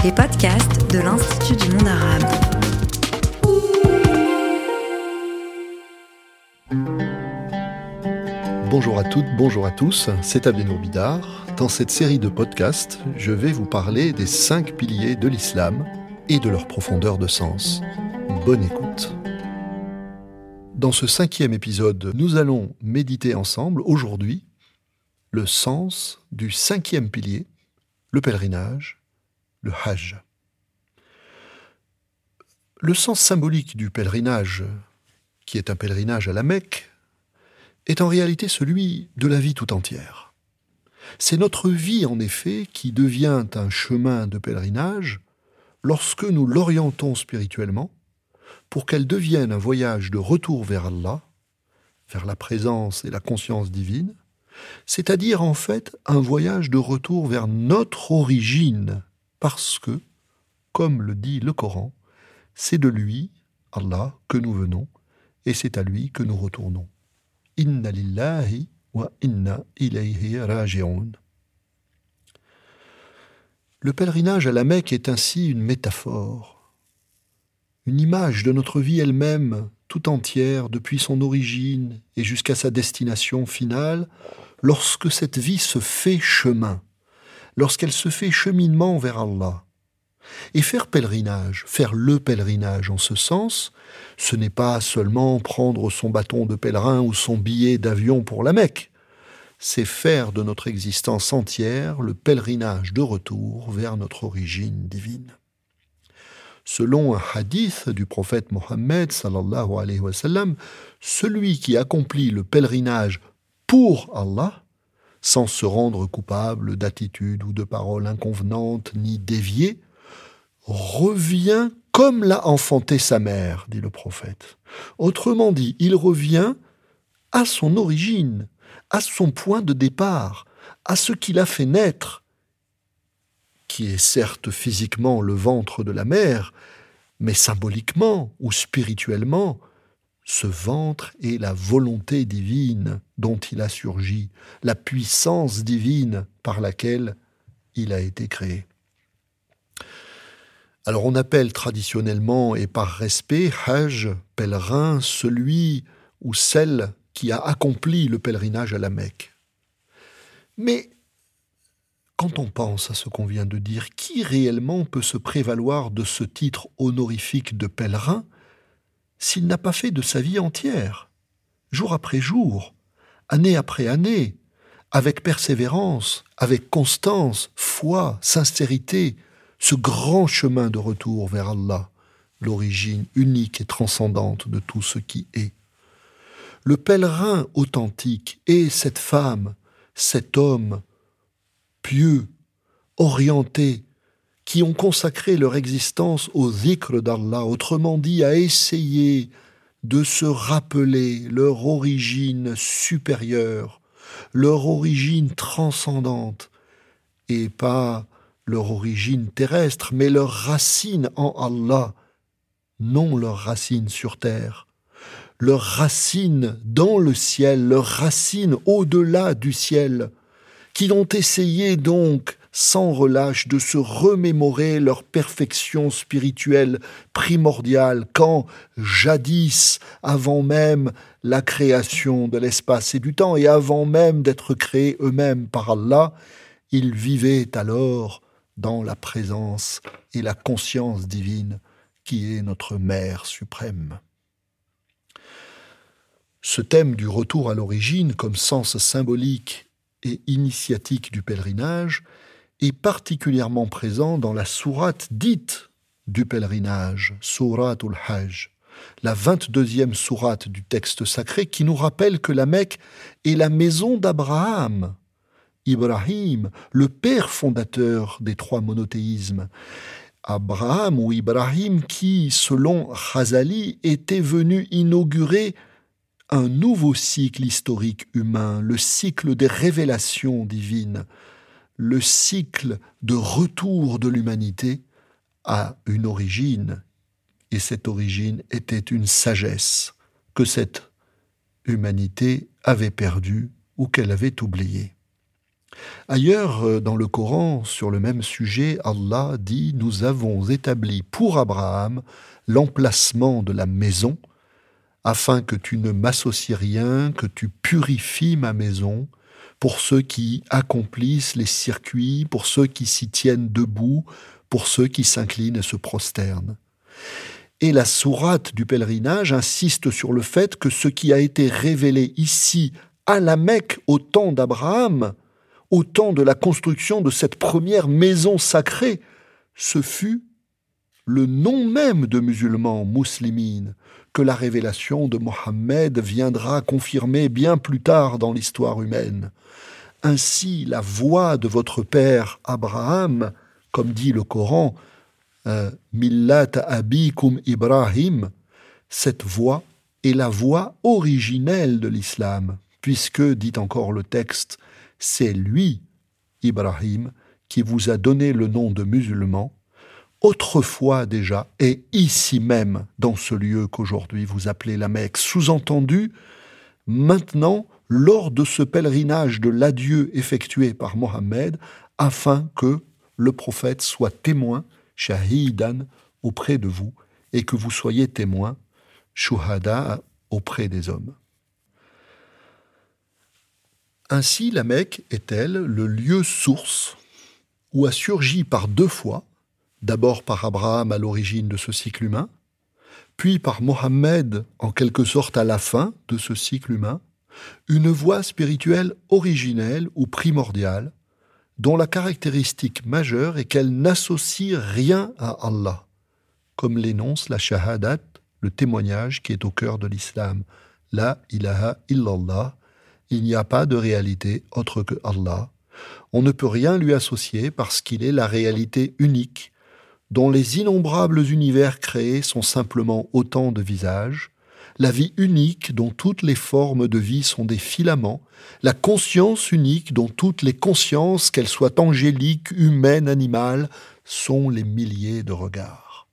les podcasts de l'Institut du monde arabe. Bonjour à toutes, bonjour à tous, c'est Abdenour Bidar. Dans cette série de podcasts, je vais vous parler des 5 piliers de l'islam et de leur profondeur de sens. Bonne écoute. Dans ce 5e épisode, nous allons méditer ensemble, aujourd'hui, le sens du 5e pilier, le pèlerinage, le Hajj. Le sens symbolique du pèlerinage, qui est un pèlerinage à la Mecque, est en réalité celui de la vie tout entière. C'est notre vie, en effet, qui devient un chemin de pèlerinage lorsque nous l'orientons spirituellement pour qu'elle devienne un voyage de retour vers Allah, vers la présence et la conscience divine, c'est-à-dire en fait un voyage de retour vers notre origine, parce que, comme le dit le Coran, c'est de lui, Allah, que nous venons, et c'est à lui que nous retournons. Inna lillahi wa inna ilayhi raji'un. Le pèlerinage à la Mecque est ainsi une métaphore, une image de notre vie elle-même, tout entière, depuis son origine et jusqu'à sa destination finale, lorsque cette vie se fait chemin, lorsqu'elle se fait cheminement vers Allah. Et faire le pèlerinage en ce sens, ce n'est pas seulement prendre son bâton de pèlerin ou son billet d'avion pour la Mecque, c'est faire de notre existence entière le pèlerinage de retour vers notre origine divine. Selon un hadith du prophète Mohammed sallallahu alayhi wa sallam, celui qui accomplit le pèlerinage pour Allah, sans se rendre coupable d'attitudes ou de paroles inconvenantes ni déviées, revient comme l'a enfanté sa mère, dit le prophète. Autrement dit, il revient à son origine, à son point de départ, à ce qui l'a fait naître, qui est certes physiquement le ventre de la mère, mais symboliquement ou spirituellement, ce ventre est la volonté divine dont il a surgi, la puissance divine par laquelle il a été créé. Alors on appelle traditionnellement et par respect Hajj, pèlerin, celui ou celle qui a accompli le pèlerinage à la Mecque. Mais quand on pense à ce qu'on vient de dire, qui réellement peut se prévaloir de ce titre honorifique de pèlerin s'il n'a pas fait de sa vie entière, jour après jour, année après année, avec persévérance, avec constance, foi, sincérité, ce grand chemin de retour vers Allah, l'origine unique et transcendante de tout ce qui est. Le pèlerin authentique est cette femme, cet homme pieux, orientés, qui ont consacré leur existence au dhikr d'Allah, autrement dit à essayer de se rappeler leur origine supérieure, leur origine transcendante, et pas leur origine terrestre, mais leur racine en Allah, non leur racine sur terre, leur racine dans le ciel, leur racine au-delà du ciel, qui ont essayé donc, sans relâche, de se remémorer leur perfection spirituelle primordiale, quand, jadis, avant même la création de l'espace et du temps, et avant même d'être créés eux-mêmes par Allah, ils vivaient alors dans la présence et la conscience divine qui est notre Mère suprême. Ce thème du retour à l'origine comme sens symbolique et initiatique du pèlerinage est particulièrement présent dans la sourate dite du pèlerinage, Souratul Hajj, la 22e sourate du texte sacré qui nous rappelle que la Mecque est la maison d'Abraham, Ibrahim, le père fondateur des 3 monothéismes. Abraham ou Ibrahim qui, selon Ghazali, était venu inaugurer un nouveau cycle historique humain, le cycle des révélations divines, le cycle de retour de l'humanité à une origine. Et cette origine était une sagesse que cette humanité avait perdue ou qu'elle avait oubliée. Ailleurs, dans le Coran, sur le même sujet, Allah dit « Nous avons établi pour Abraham l'emplacement de la maison, afin que tu ne m'associes rien, que tu purifies ma maison, pour ceux qui accomplissent les circuits, pour ceux qui s'y tiennent debout, pour ceux qui s'inclinent et se prosternent. » Et la sourate du pèlerinage insiste sur le fait que ce qui a été révélé ici à la Mecque au temps d'Abraham, au temps de la construction de cette première maison sacrée, ce fut le nom même de musulmans, muslimines, que la révélation de Mohammed viendra confirmer bien plus tard dans l'histoire humaine. Ainsi, la voix de votre père Abraham, comme dit le Coran, Millat abikum Ibrahim, cette voix est la voix originelle de l'islam, puisque, dit encore le texte, c'est lui, Ibrahim, qui vous a donné le nom de musulman, autrefois déjà, et ici même, dans ce lieu qu'aujourd'hui vous appelez la Mecque. Sous-entendu, maintenant, lors de ce pèlerinage de l'adieu effectué par Mohammed, afin que le prophète soit témoin, shahidan, auprès de vous, et que vous soyez témoin, shuhada, auprès des hommes. Ainsi, la Mecque est-elle le lieu source où a surgi par deux fois, d'abord par Abraham à l'origine de ce cycle humain, puis par Mohammed en quelque sorte à la fin de ce cycle humain, une voie spirituelle originelle ou primordiale, dont la caractéristique majeure est qu'elle n'associe rien à Allah, comme l'énonce la shahadat, le témoignage qui est au cœur de l'islam. La ilaha illallah, il n'y a pas de réalité autre que Allah. On ne peut rien lui associer parce qu'il est la réalité unique, dont les innombrables univers créés sont simplement autant de visages, la vie unique dont toutes les formes de vie sont des filaments, la conscience unique dont toutes les consciences, qu'elles soient angéliques, humaines, animales, sont les milliers de regards.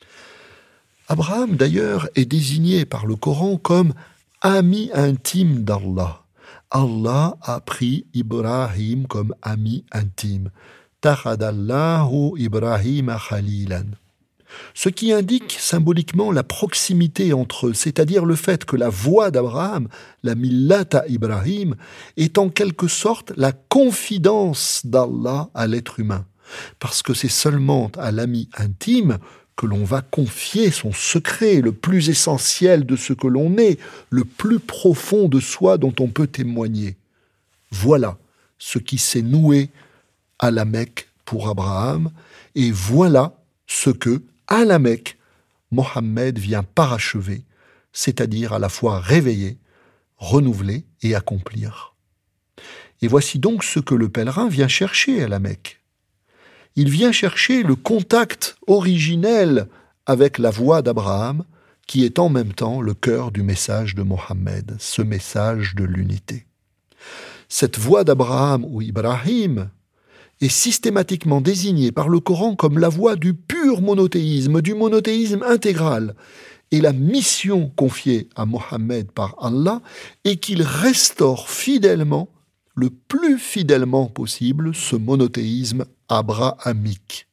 Abraham, d'ailleurs, est désigné par le Coran comme ami intime d'Allah. Allah a pris Ibrahim comme ami intime. Takhadallahu Ibrahim khalilan. Ce qui indique symboliquement la proximité entre eux, c'est-à-dire le fait que la voix d'Abraham, la millata Ibrahim, est en quelque sorte la confidence d'Allah à l'être humain. Parce que c'est seulement à l'ami intime que l'on va confier son secret, le plus essentiel de ce que l'on est, le plus profond de soi dont on peut témoigner. Voilà ce qui s'est noué à la Mecque pour Abraham, et voilà ce que, à la Mecque, Mohammed vient parachever, c'est-à-dire à la fois réveiller, renouveler et accomplir. Et voici donc ce que le pèlerin vient chercher à la Mecque. Il vient chercher le contact originel avec la voix d'Abraham, qui est en même temps le cœur du message de Mohammed, ce message de l'unité. Cette voix d'Abraham ou Ibrahim est systématiquement désignée par le Coran comme la voie du pur monothéisme, du monothéisme intégral. Et la mission confiée à Mohammed par Allah est qu'il restaure fidèlement, le plus fidèlement possible, ce monothéisme abrahamique.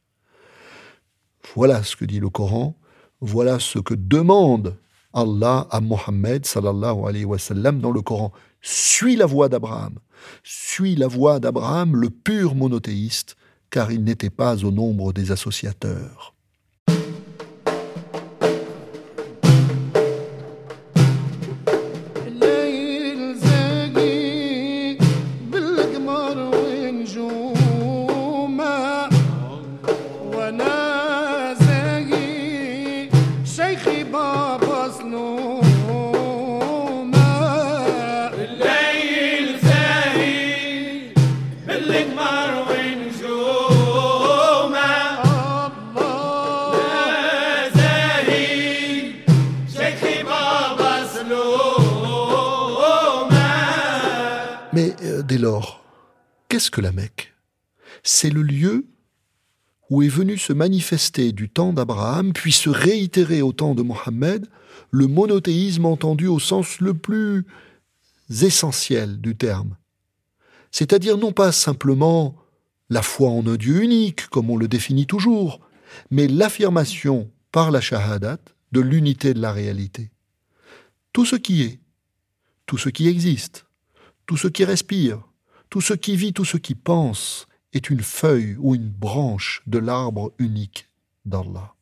Voilà ce que dit le Coran, voilà ce que demande Allah à Mohammed sallallahu alayhi wa sallam dans le Coran. Suis la voie d'Abraham, suis la voie d'Abraham, le pur monothéiste, car il n'était pas au nombre des associateurs. Mais dès lors, qu'est-ce que la Mecque ? C'est le lieu où est venu se manifester du temps d'Abraham, puis se réitérer au temps de Mohammed, le monothéisme entendu au sens le plus essentiel du terme. c'est-à-dire non pas simplement la foi en un Dieu unique, comme on le définit toujours, mais l'affirmation par la shahadat de l'unité de la réalité. Tout ce qui est, tout ce qui existe, tout ce qui respire, tout ce qui vit, tout ce qui pense, est une feuille ou une branche de l'arbre unique d'Allah.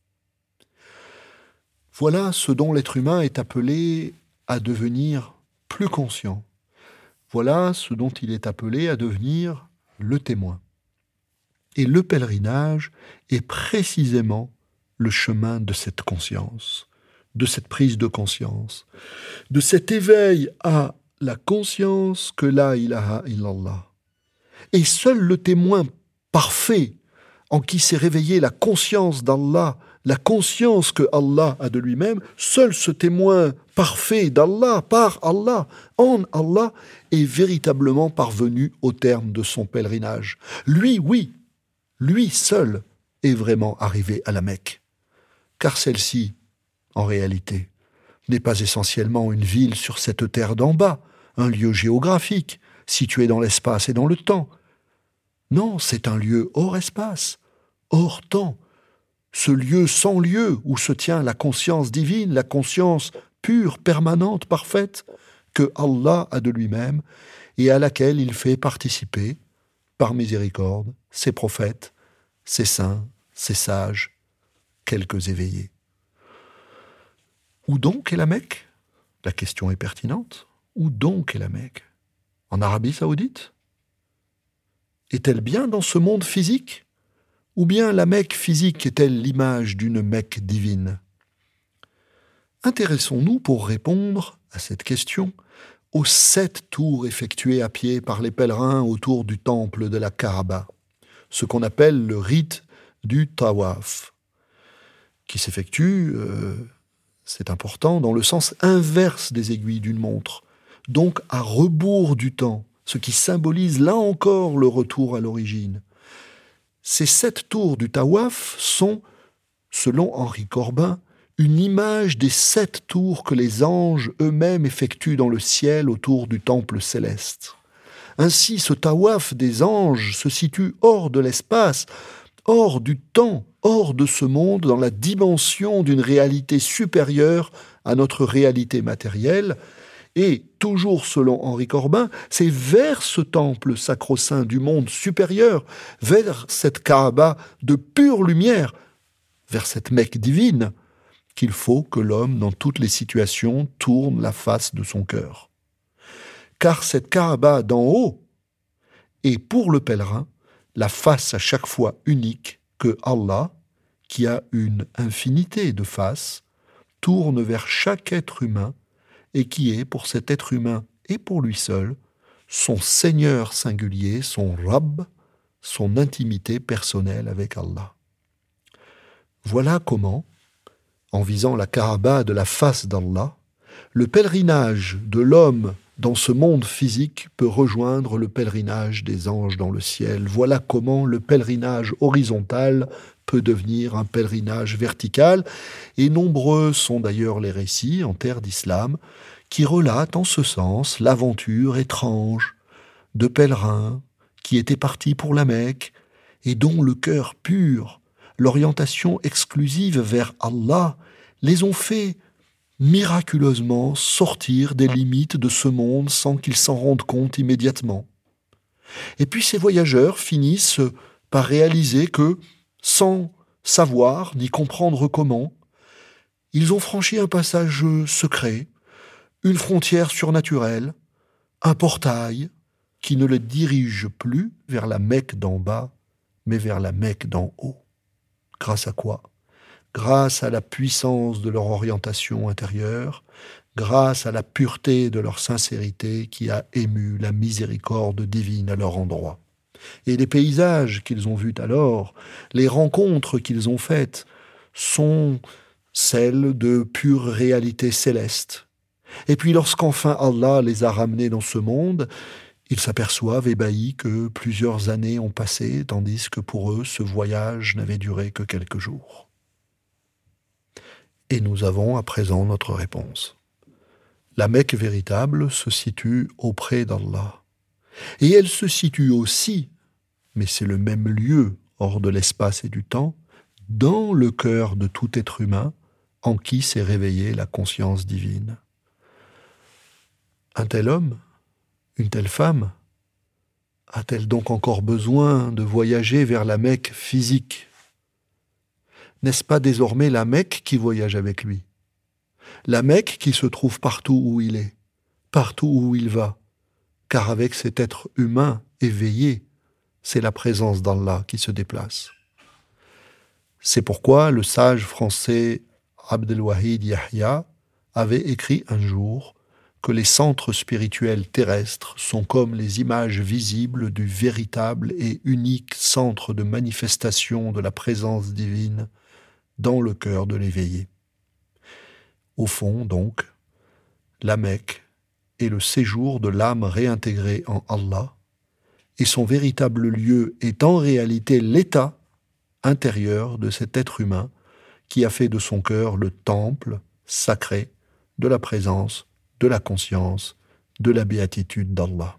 Voilà ce dont l'être humain est appelé à devenir plus conscient. Voilà ce dont il est appelé à devenir le témoin. Et le pèlerinage est précisément le chemin de cette conscience, de cette prise de conscience, de cet éveil à la conscience que la ilaha illallah. Et seul le témoin parfait en qui s'est réveillée la conscience d'Allah, la conscience que Allah a de lui-même, seul ce témoin parfait d'Allah, par Allah, en Allah, est véritablement parvenu au terme de son pèlerinage. Lui, oui, lui seul est vraiment arrivé à la Mecque. Car celle-ci, en réalité, n'est pas essentiellement une ville sur cette terre d'en bas, un lieu géographique, situé dans l'espace et dans le temps. Non, c'est un lieu hors espace, hors temps, ce lieu sans lieu où se tient la conscience divine, la conscience pure, permanente, parfaite, que Allah a de lui-même et à laquelle il fait participer, par miséricorde, ses prophètes, ses saints, ses sages, quelques éveillés. Où donc est la Mecque ? La question est pertinente. Où donc est la Mecque ? En Arabie Saoudite ? Est-elle bien dans ce monde physique ? Ou bien la Mecque physique est-elle l'image d'une Mecque divine ? Intéressons-nous pour répondre à cette question aux 7 tours effectuées à pied par les pèlerins autour du temple de la Kaaba, ce qu'on appelle le rite du tawaf, qui s'effectue, c'est important, dans le sens inverse des aiguilles d'une montre, donc à rebours du temps, ce qui symbolise là encore le retour à l'origine. Ces 7 tours du tawaf sont, selon Henri Corbin, une image des 7 tours que les anges eux-mêmes effectuent dans le ciel autour du temple céleste. Ainsi, ce tawaf des anges se situe hors de l'espace, hors du temps, hors de ce monde, dans la dimension d'une réalité supérieure à notre réalité matérielle. Et, toujours selon Henri Corbin, c'est vers ce temple sacro-saint du monde supérieur, vers cette Kaaba de pure lumière, vers cette Mecque divine, qu'il faut que l'homme, dans toutes les situations, tourne la face de son cœur. Car cette Kaaba d'en haut est pour le pèlerin la face à chaque fois unique que Allah, qui a une infinité de faces, tourne vers chaque être humain et qui est, pour cet être humain et pour lui seul, son Seigneur singulier, son Rabb, son intimité personnelle avec Allah. Voilà comment, en visant la Kaaba de la face d'Allah, le pèlerinage de l'homme dans ce monde physique peut rejoindre le pèlerinage des anges dans le ciel. Voilà comment le pèlerinage horizontal peut devenir un pèlerinage vertical, et nombreux sont d'ailleurs les récits en terre d'islam qui relatent en ce sens l'aventure étrange de pèlerins qui étaient partis pour la Mecque et dont le cœur pur, l'orientation exclusive vers Allah, les ont fait miraculeusement sortir des limites de ce monde sans qu'ils s'en rendent compte immédiatement. Et puis ces voyageurs finissent par réaliser que, sans savoir ni comprendre comment, ils ont franchi un passage secret, une frontière surnaturelle, un portail qui ne les dirige plus vers la Mecque d'en bas, mais vers la Mecque d'en haut. Grâce à quoi ? Grâce à la puissance de leur orientation intérieure, grâce à la pureté de leur sincérité qui a ému la miséricorde divine à leur endroit. Et les paysages qu'ils ont vus alors, les rencontres qu'ils ont faites, sont celles de pure réalité céleste. Et puis lorsqu'enfin Allah les a ramenés dans ce monde, ils s'aperçoivent ébahis que plusieurs années ont passé, tandis que pour eux, ce voyage n'avait duré que quelques jours. Et nous avons à présent notre réponse. La Mecque véritable se situe auprès d'Allah. Et elle se situe aussi, mais c'est le même lieu hors de l'espace et du temps, dans le cœur de tout être humain en qui s'est réveillée la conscience divine. Un tel homme, une telle femme, a-t-elle donc encore besoin de voyager vers la Mecque physique ? N'est-ce pas désormais la Mecque qui voyage avec lui ? La Mecque qui se trouve partout où il est, partout où il va, car avec cet être humain éveillé, c'est la présence d'Allah qui se déplace. C'est pourquoi le sage français Abdelwahid Yahya avait écrit un jour que les centres spirituels terrestres sont comme les images visibles du véritable et unique centre de manifestation de la présence divine dans le cœur de l'éveillé. Au fond, donc, la Mecque est le séjour de l'âme réintégrée en Allah, et son véritable lieu est en réalité l'état intérieur de cet être humain qui a fait de son cœur le temple sacré de la présence, de la conscience, de la béatitude d'Allah.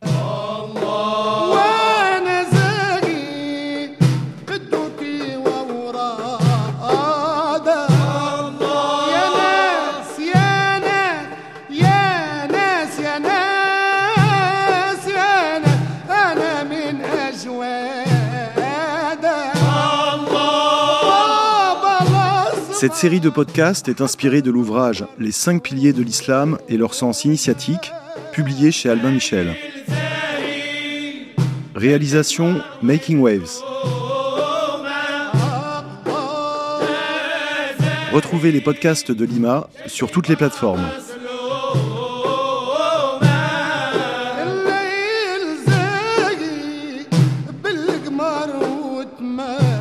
Cette série de podcasts est inspirée de l'ouvrage « Les 5 piliers de l'islam et leur sens initiatique » publié chez Albin Michel. Réalisation Making Waves. Retrouvez les podcasts de Lima sur toutes les plateformes. الليل زاقي بالقمر وتمام